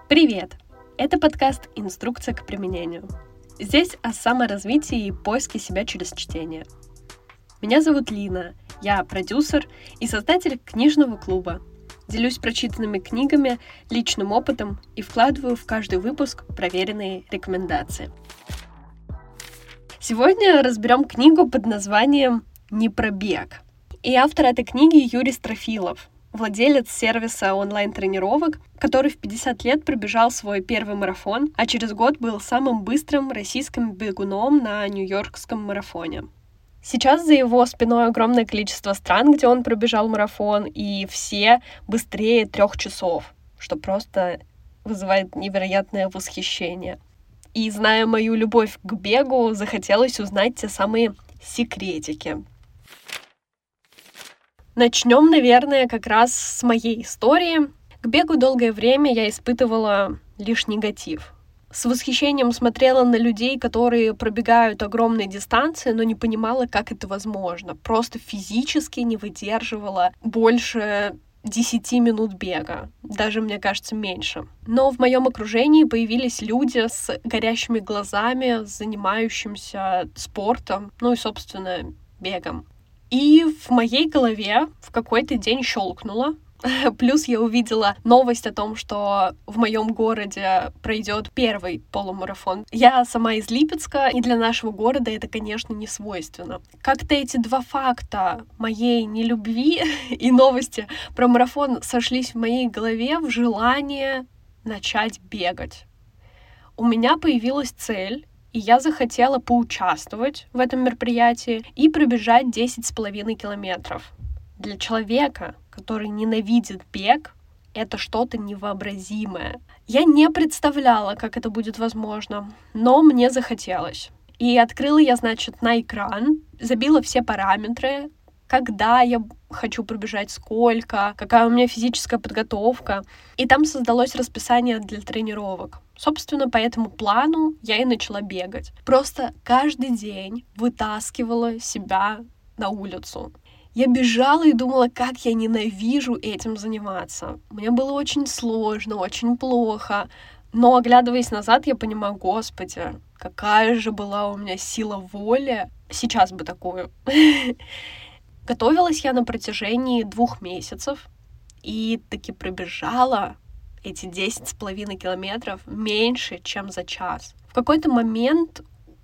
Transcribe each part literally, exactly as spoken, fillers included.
Привет! Это подкаст «Инструкция к применению». Здесь о саморазвитии и поиске себя через чтение. Меня зовут Лина, я продюсер и создатель книжного клуба. Делюсь прочитанными книгами, личным опытом и вкладываю в каждый выпуск проверенные рекомендации. Сегодня разберем книгу под названием «Не про бег». И автор этой книги Юрий Строфилов, владелец сервиса онлайн-тренировок, который в пятьдесят лет пробежал свой первый марафон, а через год был самым быстрым российским бегуном на Нью-Йоркском марафоне. Сейчас за его спиной огромное количество стран, где он пробежал марафон, и все быстрее трех часов, что просто вызывает невероятное восхищение. И, зная мою любовь к бегу, захотелось узнать те самые секретики. Начнем, наверное, как раз с моей истории. К бегу долгое время я испытывала лишь негатив. С восхищением смотрела на людей, которые пробегают огромные дистанции, но не понимала, как это возможно. Просто физически не выдерживала больше десяти минут бега. Даже, мне кажется, меньше. Но в моем окружении появились люди с горящими глазами, занимающимся спортом, ну и, собственно, бегом. И в моей голове в какой-то день щелкнуло. Плюс я увидела новость о том, что в моем городе пройдет первый полумарафон. Я сама из Липецка, и для нашего города это, конечно, не свойственно. Как-то эти два факта моей нелюбви и новости про марафон сошлись в моей голове в желании начать бегать. У меня появилась цель, и я захотела поучаствовать в этом мероприятии и пробежать десять с половиной километров. Для человека, который ненавидит бег, это что-то невообразимое. Я не представляла, как это будет возможно, но мне захотелось. И открыла я, значит, на экран, забила все параметры, когда я хочу пробежать, сколько, какая у меня физическая подготовка. И там создалось расписание для тренировок. Собственно, по этому плану я и начала бегать. Просто каждый день вытаскивала себя на улицу. Я бежала и думала, как я ненавижу этим заниматься. Мне было очень сложно, очень плохо. Но, оглядываясь назад, я понимаю, господи, какая же была у меня сила воли. Сейчас бы такую. Готовилась я на протяжении двух месяцев и таки пробежала эти десять с половиной километров меньше, чем за час. В какой-то момент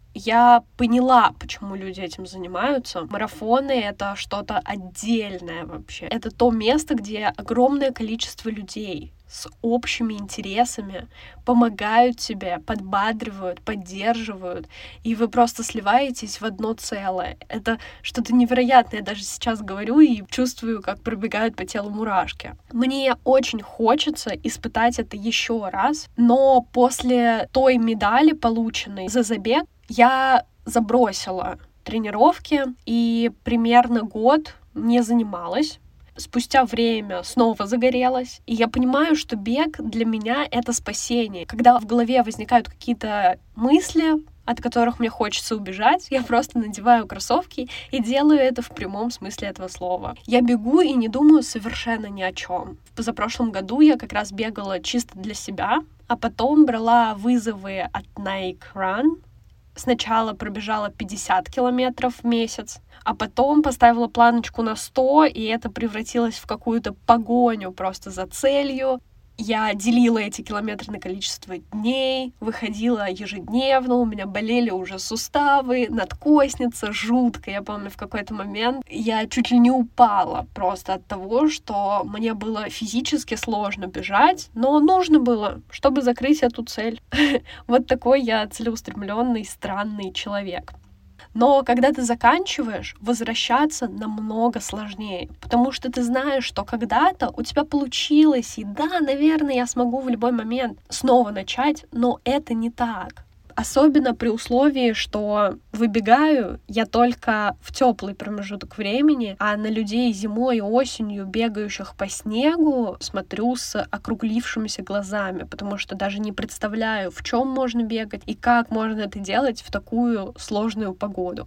я поняла, почему люди этим занимаются. Марафоны — это что-то отдельное вообще. Это то место, где огромное количество людей с общими интересами помогают тебе, подбадривают, поддерживают, и вы просто сливаетесь в одно целое. Это что-то невероятное. Я даже сейчас говорю и чувствую, как пробегают по телу мурашки. Мне очень хочется испытать это еще раз, но после той медали, полученной за забег, я забросила тренировки и примерно год не занималась. Спустя время снова загорелась, и я понимаю, что бег для меня — это спасение. Когда в голове возникают какие-то мысли, от которых мне хочется убежать, я просто надеваю кроссовки и делаю это в прямом смысле этого слова. Я бегу и не думаю совершенно ни о чем. В позапрошлом году я как раз бегала чисто для себя, а потом брала вызовы от Nike Run. Сначала пробежала пятьдесят километров в месяц, а потом поставила планочку на сто, и это превратилось в какую-то погоню просто за целью. Я делила эти километры на количество дней, выходила ежедневно, у меня болели уже суставы, надкосница, жутко. Я помню, в какой-то момент я чуть ли не упала просто от того, что мне было физически сложно бежать, но нужно было, чтобы закрыть эту цель. Вот такой я целеустремленный, странный человек. Но когда ты заканчиваешь, возвращаться намного сложнее, потому что ты знаешь, что когда-то у тебя получилось, и да, наверное, я смогу в любой момент снова начать, но это не так. Особенно при условии, что выбегаю я только в теплый промежуток времени, а на людей зимой и осенью, бегающих по снегу, смотрю с округлившимися глазами, потому что даже не представляю, в чем можно бегать и как можно это делать в такую сложную погоду.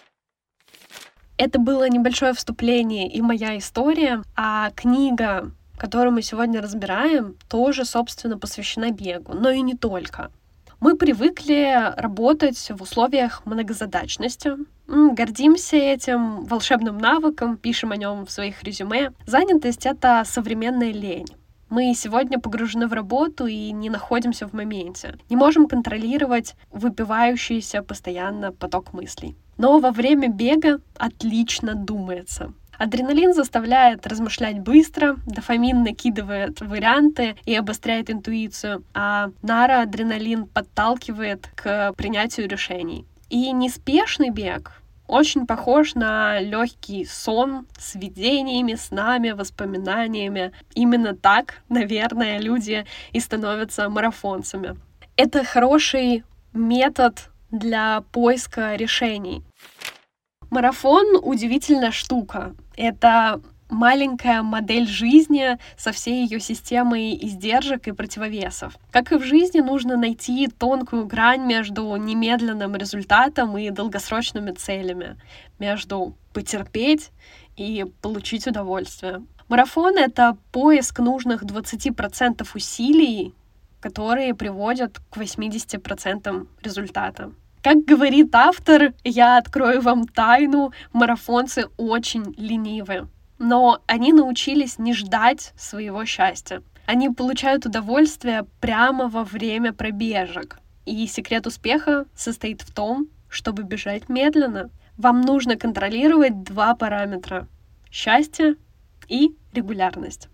Это было небольшое вступление и моя история, а книга которую мы сегодня разбираем, тоже, собственно, посвящена бегу, но и не только. Мы привыкли работать в условиях многозадачности, гордимся этим волшебным навыком, пишем о нем в своих резюме. Занятость — это современная лень. Мы сегодня погружены в работу и не находимся в моменте. Не можем контролировать выпивающийся постоянно поток мыслей. Но во время бега отлично думается. Адреналин заставляет размышлять быстро, дофамин накидывает варианты и обостряет интуицию, а норадреналин подталкивает к принятию решений. И неспешный бег очень похож на легкий сон с видениями, снами, воспоминаниями. Именно так, наверное, люди и становятся марафонцами. Это хороший метод для поиска решений. Марафон — удивительная штука. Это маленькая модель жизни со всей ее системой издержек и противовесов. Как и в жизни, нужно найти тонкую грань между немедленным результатом и долгосрочными целями, между потерпеть и получить удовольствие. Марафон — это поиск нужных двадцати процентов усилий, которые приводят к восьмидесяти процентам результата. Как говорит автор, я открою вам тайну, марафонцы очень ленивы. Но они научились не ждать своего счастья. Они получают удовольствие прямо во время пробежек. И секрет успеха состоит в том, чтобы бежать медленно. Вам нужно контролировать два параметра — счастье и регулярность.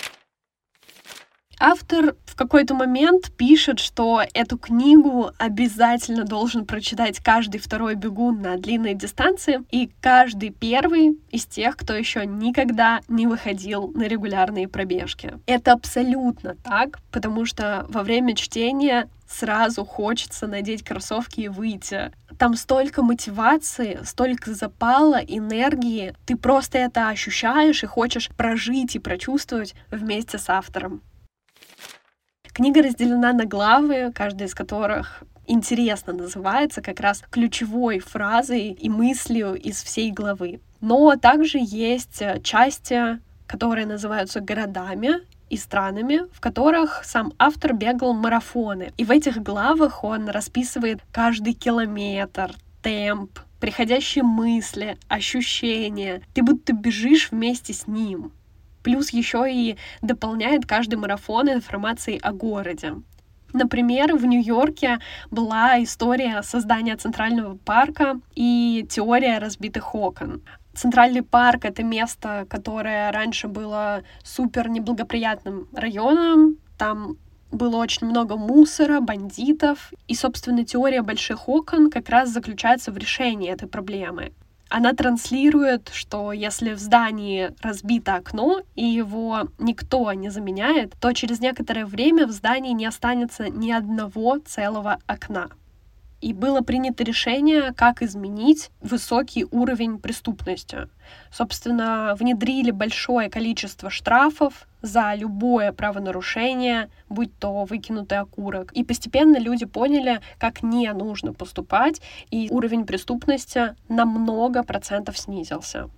Автор в какой-то момент пишет, что эту книгу обязательно должен прочитать каждый второй бегун на длинной дистанции и каждый первый из тех, кто еще никогда не выходил на регулярные пробежки. Это абсолютно так, потому что во время чтения сразу хочется надеть кроссовки и выйти. Там столько мотивации, столько запала, энергии. Ты просто это ощущаешь и хочешь прожить и прочувствовать вместе с автором. Книга разделена на главы, каждая из которых интересно называется как раз ключевой фразой и мыслью из всей главы. Но также есть части, которые называются городами и странами, в которых сам автор бегал марафоны. И в этих главах он расписывает каждый километр, темп, приходящие мысли, ощущения. Ты будто бежишь вместе с ним. Плюс еще и дополняет каждый марафон информацией о городе. Например, в Нью-Йорке была история создания Центрального парка и теория разбитых окон. Центральный парк — это место, которое раньше было супер неблагоприятным районом. Там было очень много мусора, бандитов. И, собственно, теория больших окон как раз заключается в решении этой проблемы. Она транслирует, что если в здании разбито окно и его никто не заменяет, то через некоторое время в здании не останется ни одного целого окна. И было принято решение, как изменить высокий уровень преступности. Собственно, внедрили большое количество штрафов за любое правонарушение, будь то выкинутый окурок. И постепенно люди поняли, как не нужно поступать, и уровень преступности на много процентов снизился.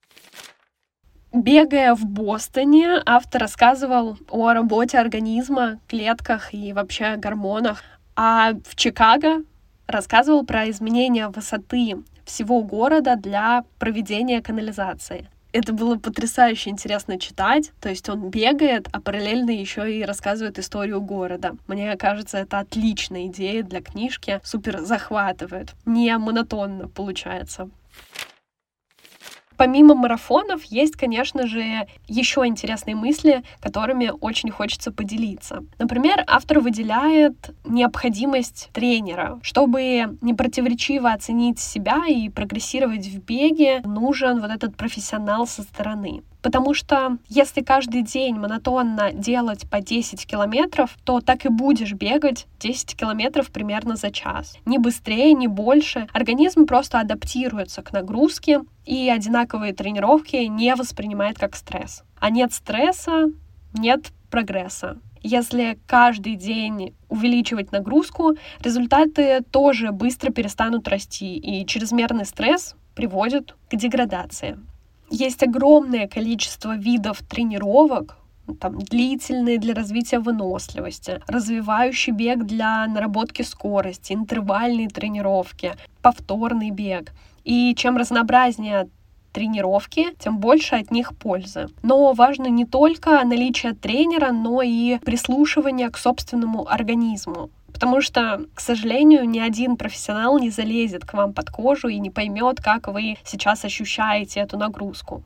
Бегая в Бостоне, автор рассказывал о работе организма, клетках и вообще гормонах. А в Чикаго рассказывал про изменение высоты всего города для проведения канализации. Это было потрясающе интересно читать. То есть он бегает, а параллельно еще и рассказывает историю города. Мне кажется, это отличная идея для книжки. Супер захватывает. Не монотонно получается. Помимо марафонов, есть, конечно же, еще интересные мысли, которыми очень хочется поделиться. Например, автор выделяет необходимость тренера. Чтобы непротиворечиво оценить себя и прогрессировать в беге, нужен вот этот профессионал со стороны. Потому что если каждый день монотонно делать по десять километров, то так и будешь бегать десять километров примерно за час. Ни быстрее, ни больше. Организм просто адаптируется к нагрузке, и одинаковые тренировки не воспринимает как стресс. А нет стресса, нет прогресса. Если каждый день увеличивать нагрузку, результаты тоже быстро перестанут расти, и чрезмерный стресс приводит к деградации. Есть огромное количество видов тренировок, там, длительный для развития выносливости, развивающий бег для наработки скорости, интервальные тренировки, повторный бег. И чем разнообразнее тренировки, тем больше от них пользы. Но важно не только наличие тренера, но и прислушивание к собственному организму. Потому что, к сожалению, ни один профессионал не залезет к вам под кожу и не поймет, как вы сейчас ощущаете эту нагрузку.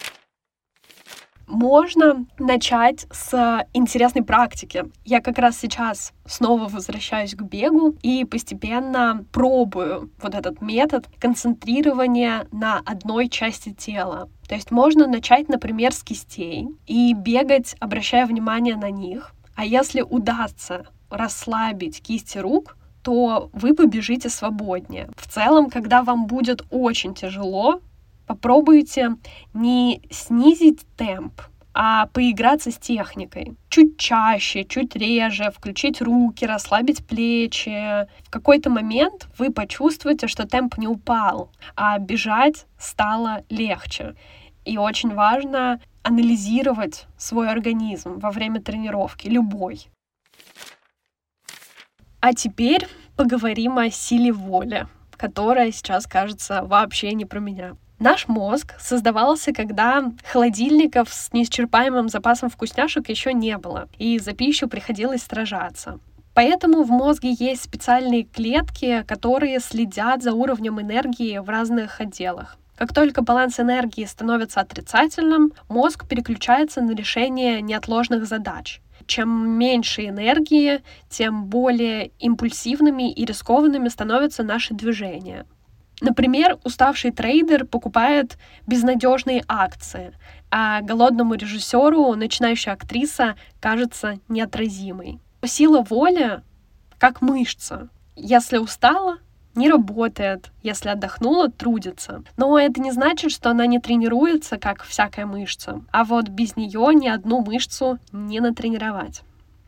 Можно начать с интересной практики. Я как раз сейчас снова возвращаюсь к бегу и постепенно пробую вот этот метод концентрирования на одной части тела. То есть можно начать, например, с кистей и бегать, обращая внимание на них. А если удастся расслабить кисти рук, то вы побежите свободнее. В целом, когда вам будет очень тяжело, попробуйте не снизить темп, а поиграться с техникой. Чуть чаще, чуть реже, включить руки, расслабить плечи. В какой-то момент вы почувствуете, что темп не упал, а бежать стало легче. И очень важно анализировать свой организм во время тренировки, любой. А теперь поговорим о силе воли, которая сейчас кажется вообще не про меня. Наш мозг создавался, когда холодильников с неисчерпаемым запасом вкусняшек еще не было, и за пищу приходилось сражаться. Поэтому в мозге есть специальные клетки, которые следят за уровнем энергии в разных отделах. Как только баланс энергии становится отрицательным, мозг переключается на решение неотложных задач. Чем меньше энергии, тем более импульсивными и рискованными становятся наши движения. Например, уставший трейдер покупает безнадежные акции, а голодному режиссеру начинающая актриса кажется неотразимой. Сила воли как мышца. Если устала, не работает, если отдохнула, трудится. Но это не значит, что она не тренируется, как всякая мышца. А вот без нее ни одну мышцу не натренировать.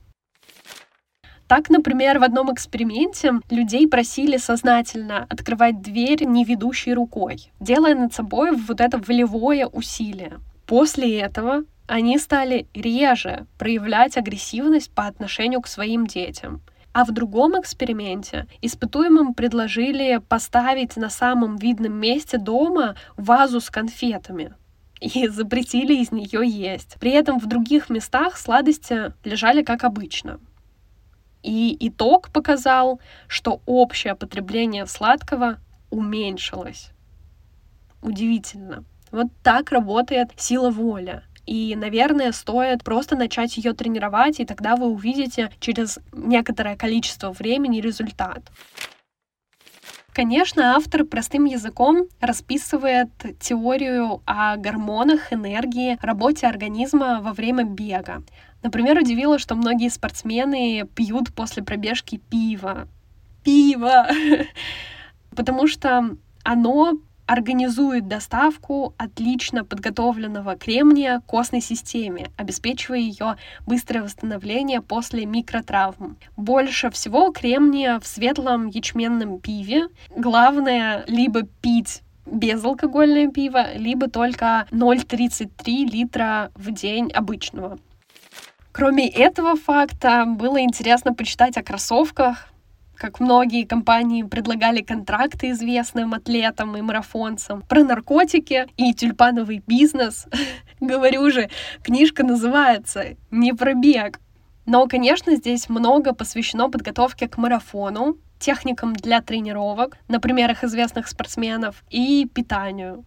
Так, например, в одном эксперименте людей просили сознательно открывать дверь не ведущей рукой, делая над собой вот это волевое усилие. После этого они стали реже проявлять агрессивность по отношению к своим детям. А в другом эксперименте испытуемым предложили поставить на самом видном месте дома вазу с конфетами и запретили из нее есть. При этом в других местах сладости лежали как обычно. И итог показал, что общее потребление сладкого уменьшилось. Удивительно. Вот так работает сила воли. И, наверное, стоит просто начать ее тренировать, и тогда вы увидите через некоторое количество времени результат. Конечно, автор простым языком расписывает теорию о гормонах, энергии, работе организма во время бега. Например, удивило, что многие спортсмены пьют после пробежки пиво. Пиво! Потому что оно организует доставку отлично подготовленного кремния к костной системе, обеспечивая ее быстрое восстановление после микротравм. Больше всего кремния в светлом ячменном пиве. Главное либо пить безалкогольное пиво, либо только ноль целых тридцать три литра в день обычного. Кроме этого факта, было интересно почитать о кроссовках, как многие компании предлагали контракты известным атлетам и марафонцам, про наркотики и тюльпановый бизнес. Говорю же, книжка называется «Не про бег». Но, конечно, здесь много посвящено подготовке к марафону, техникам для тренировок, на примерах известных спортсменов, и питанию.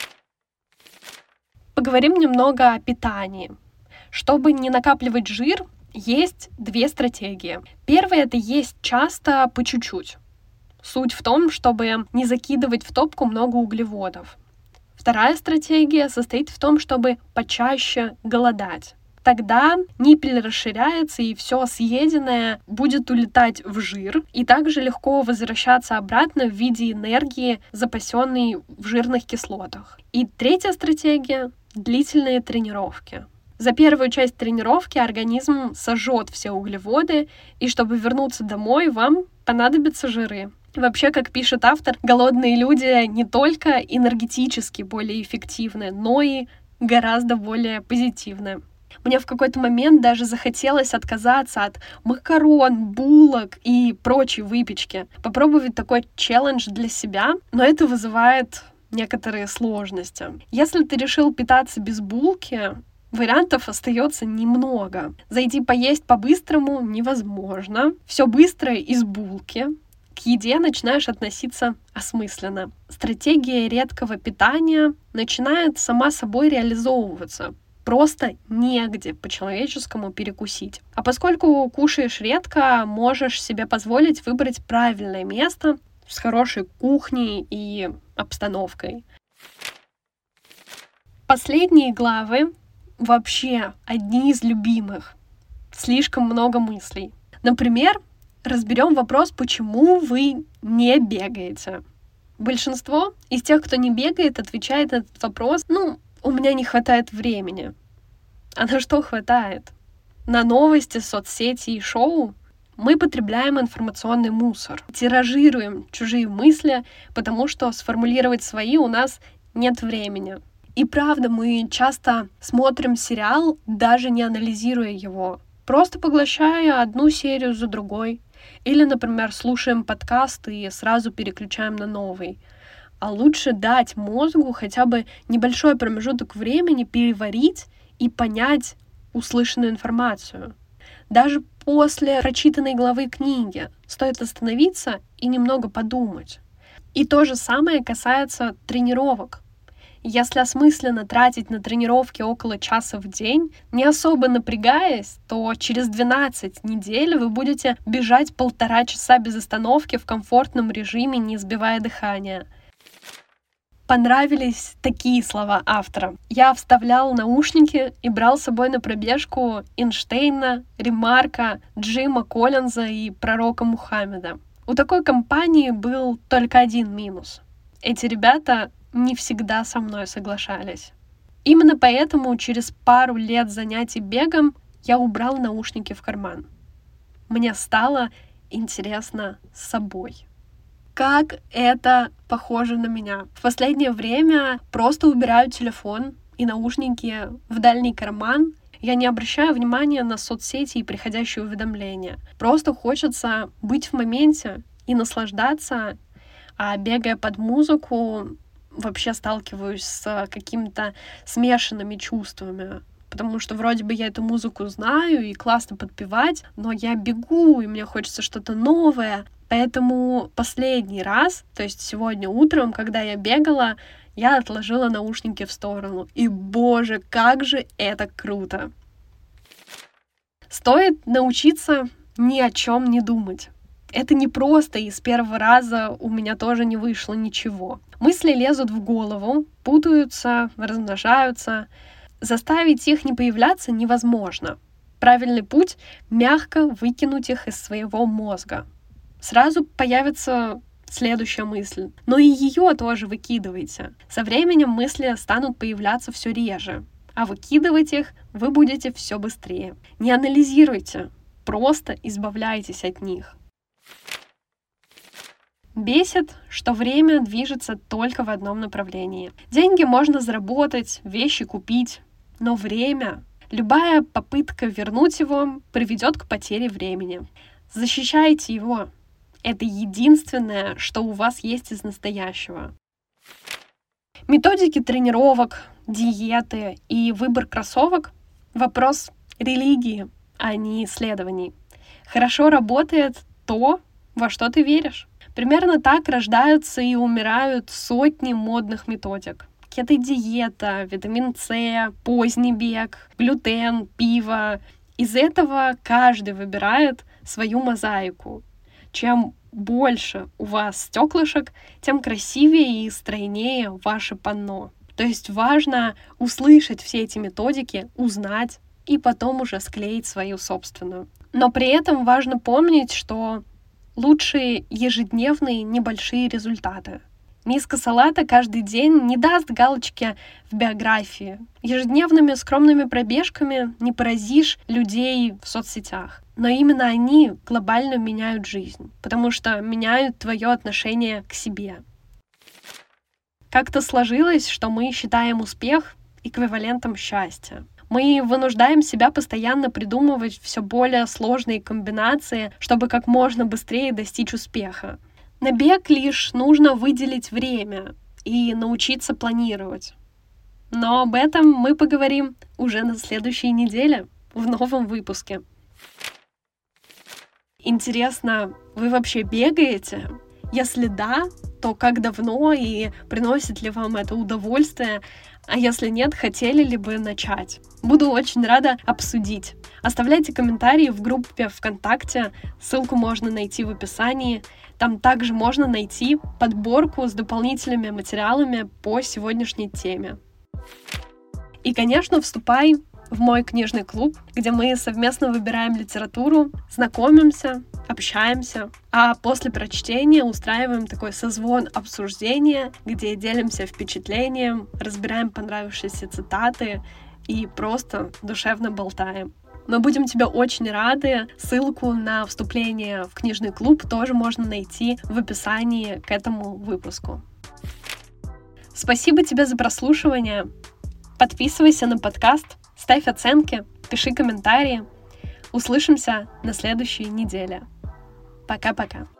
Поговорим немного о питании. Чтобы не накапливать жир, есть две стратегии. Первая — это есть часто по чуть-чуть. Суть в том, чтобы не закидывать в топку много углеводов. Вторая стратегия состоит в том, чтобы почаще голодать. Тогда ниппель расширяется, и все съеденное будет улетать в жир, и также легко возвращаться обратно в виде энергии, запасенной в жирных кислотах. И третья стратегия — длительные тренировки. За первую часть тренировки организм сожжет все углеводы, и чтобы вернуться домой, вам понадобятся жиры. Вообще, как пишет автор, голодные люди не только энергетически более эффективны, но и гораздо более позитивны. Мне в какой-то момент даже захотелось отказаться от макарон, булок и прочей выпечки. Попробовать такой челлендж для себя, но это вызывает некоторые сложности. Если ты решил питаться без булки, вариантов остается немного. Зайти поесть по-быстрому невозможно. Все быстро из булки. К еде начинаешь относиться осмысленно. Стратегия редкого питания начинает сама собой реализовываться. Просто негде по-человеческому перекусить. А поскольку кушаешь редко, можешь себе позволить выбрать правильное место с хорошей кухней и обстановкой. Последние главы вообще одни из любимых. Слишком много мыслей. Например, разберем вопрос, почему вы не бегаете. Большинство из тех, кто не бегает, отвечает на этот вопрос: ну, у меня не хватает времени. А на что хватает? На новости, соцсети и шоу? Мы потребляем информационный мусор, тиражируем чужие мысли, потому что сформулировать свои у нас нет времени. И правда, мы часто смотрим сериал, даже не анализируя его, просто поглощая одну серию за другой. Или, например, слушаем подкаст и сразу переключаем на новый. А лучше дать мозгу хотя бы небольшой промежуток времени переварить и понять услышанную информацию. Даже после прочитанной главы книги стоит остановиться и немного подумать. И то же самое касается тренировок. Если осмысленно тратить на тренировки около часа в день, не особо напрягаясь, то через двенадцать недель вы будете бежать полтора часа без остановки в комфортном режиме, не сбивая дыхания. Понравились такие слова автора. Я вставлял наушники и брал с собой на пробежку Эйнштейна, Ремарка, Джима Коллинза и пророка Мухаммеда. У такой компании был только один минус. Эти ребята не всегда со мной соглашались. Именно поэтому через пару лет занятий бегом я убрал наушники в карман. Мне стало интересно с собой. Как это похоже на меня. В последнее время просто убираю телефон и наушники в дальний карман. Я не обращаю внимания на соцсети и приходящие уведомления. Просто хочется быть в моменте и наслаждаться, а бегая под музыку, вообще сталкиваюсь с какими-то смешанными чувствами. Потому что вроде бы я эту музыку знаю и классно подпевать, но я бегу, и мне хочется что-то новое. Поэтому последний раз, то есть сегодня утром, когда я бегала, я отложила наушники в сторону. И, боже, как же это круто! Стоит научиться ни о чем не думать. Это не просто, и с первого раза у меня тоже не вышло ничего. Мысли лезут в голову, путаются, размножаются. Заставить их не появляться невозможно. Правильный путь — мягко выкинуть их из своего мозга. Сразу появится следующая мысль. Но и ее тоже выкидывайте. Со временем мысли станут появляться все реже, а выкидывать их вы будете все быстрее. Не анализируйте, просто избавляйтесь от них. Бесит, что время движется только в одном направлении. Деньги можно заработать, вещи купить, но время, любая попытка вернуть его, приведет к потере времени. Защищайте его. Это единственное, что у вас есть из настоящего. Методики тренировок, диеты и выбор кроссовок — вопрос религии, а не исследований. Хорошо работает то, во что ты веришь. Примерно так рождаются и умирают сотни модных методик. Кето-диета, витамин С, поздний бег, глютен, пиво. Из этого каждый выбирает свою мозаику. Чем больше у вас стеклышек, тем красивее и стройнее ваше панно. То есть важно услышать все эти методики, узнать и потом уже склеить свою собственную. Но при этом важно помнить, что лучше ежедневные небольшие результаты. Миска салата каждый день не даст галочки в биографии. Ежедневными скромными пробежками не поразишь людей в соцсетях. Но именно они глобально меняют жизнь, потому что меняют твое отношение к себе. Как-то сложилось, что мы считаем успех эквивалентом счастья. Мы вынуждаем себя постоянно придумывать все более сложные комбинации, чтобы как можно быстрее достичь успеха. На бег лишь нужно выделить время и научиться планировать. Но об этом мы поговорим уже на следующей неделе в новом выпуске. Интересно, вы вообще бегаете? Если да, то как давно и приносит ли вам это удовольствие? А если нет, хотели ли бы начать? Буду очень рада обсудить. Оставляйте комментарии в группе ВКонтакте, ссылку можно найти в описании. Там также можно найти подборку с дополнительными материалами по сегодняшней теме. И, конечно, вступай в мой книжный клуб, где мы совместно выбираем литературу, знакомимся, общаемся, а после прочтения устраиваем такой созвон обсуждения, где делимся впечатлением, разбираем понравившиеся цитаты и просто душевно болтаем. Мы будем тебе очень рады. Ссылку на вступление в книжный клуб тоже можно найти в описании к этому выпуску. Спасибо тебе за прослушивание. Подписывайся на подкаст, ставь оценки, пиши комментарии. Услышимся на следующей неделе. Пока-пока.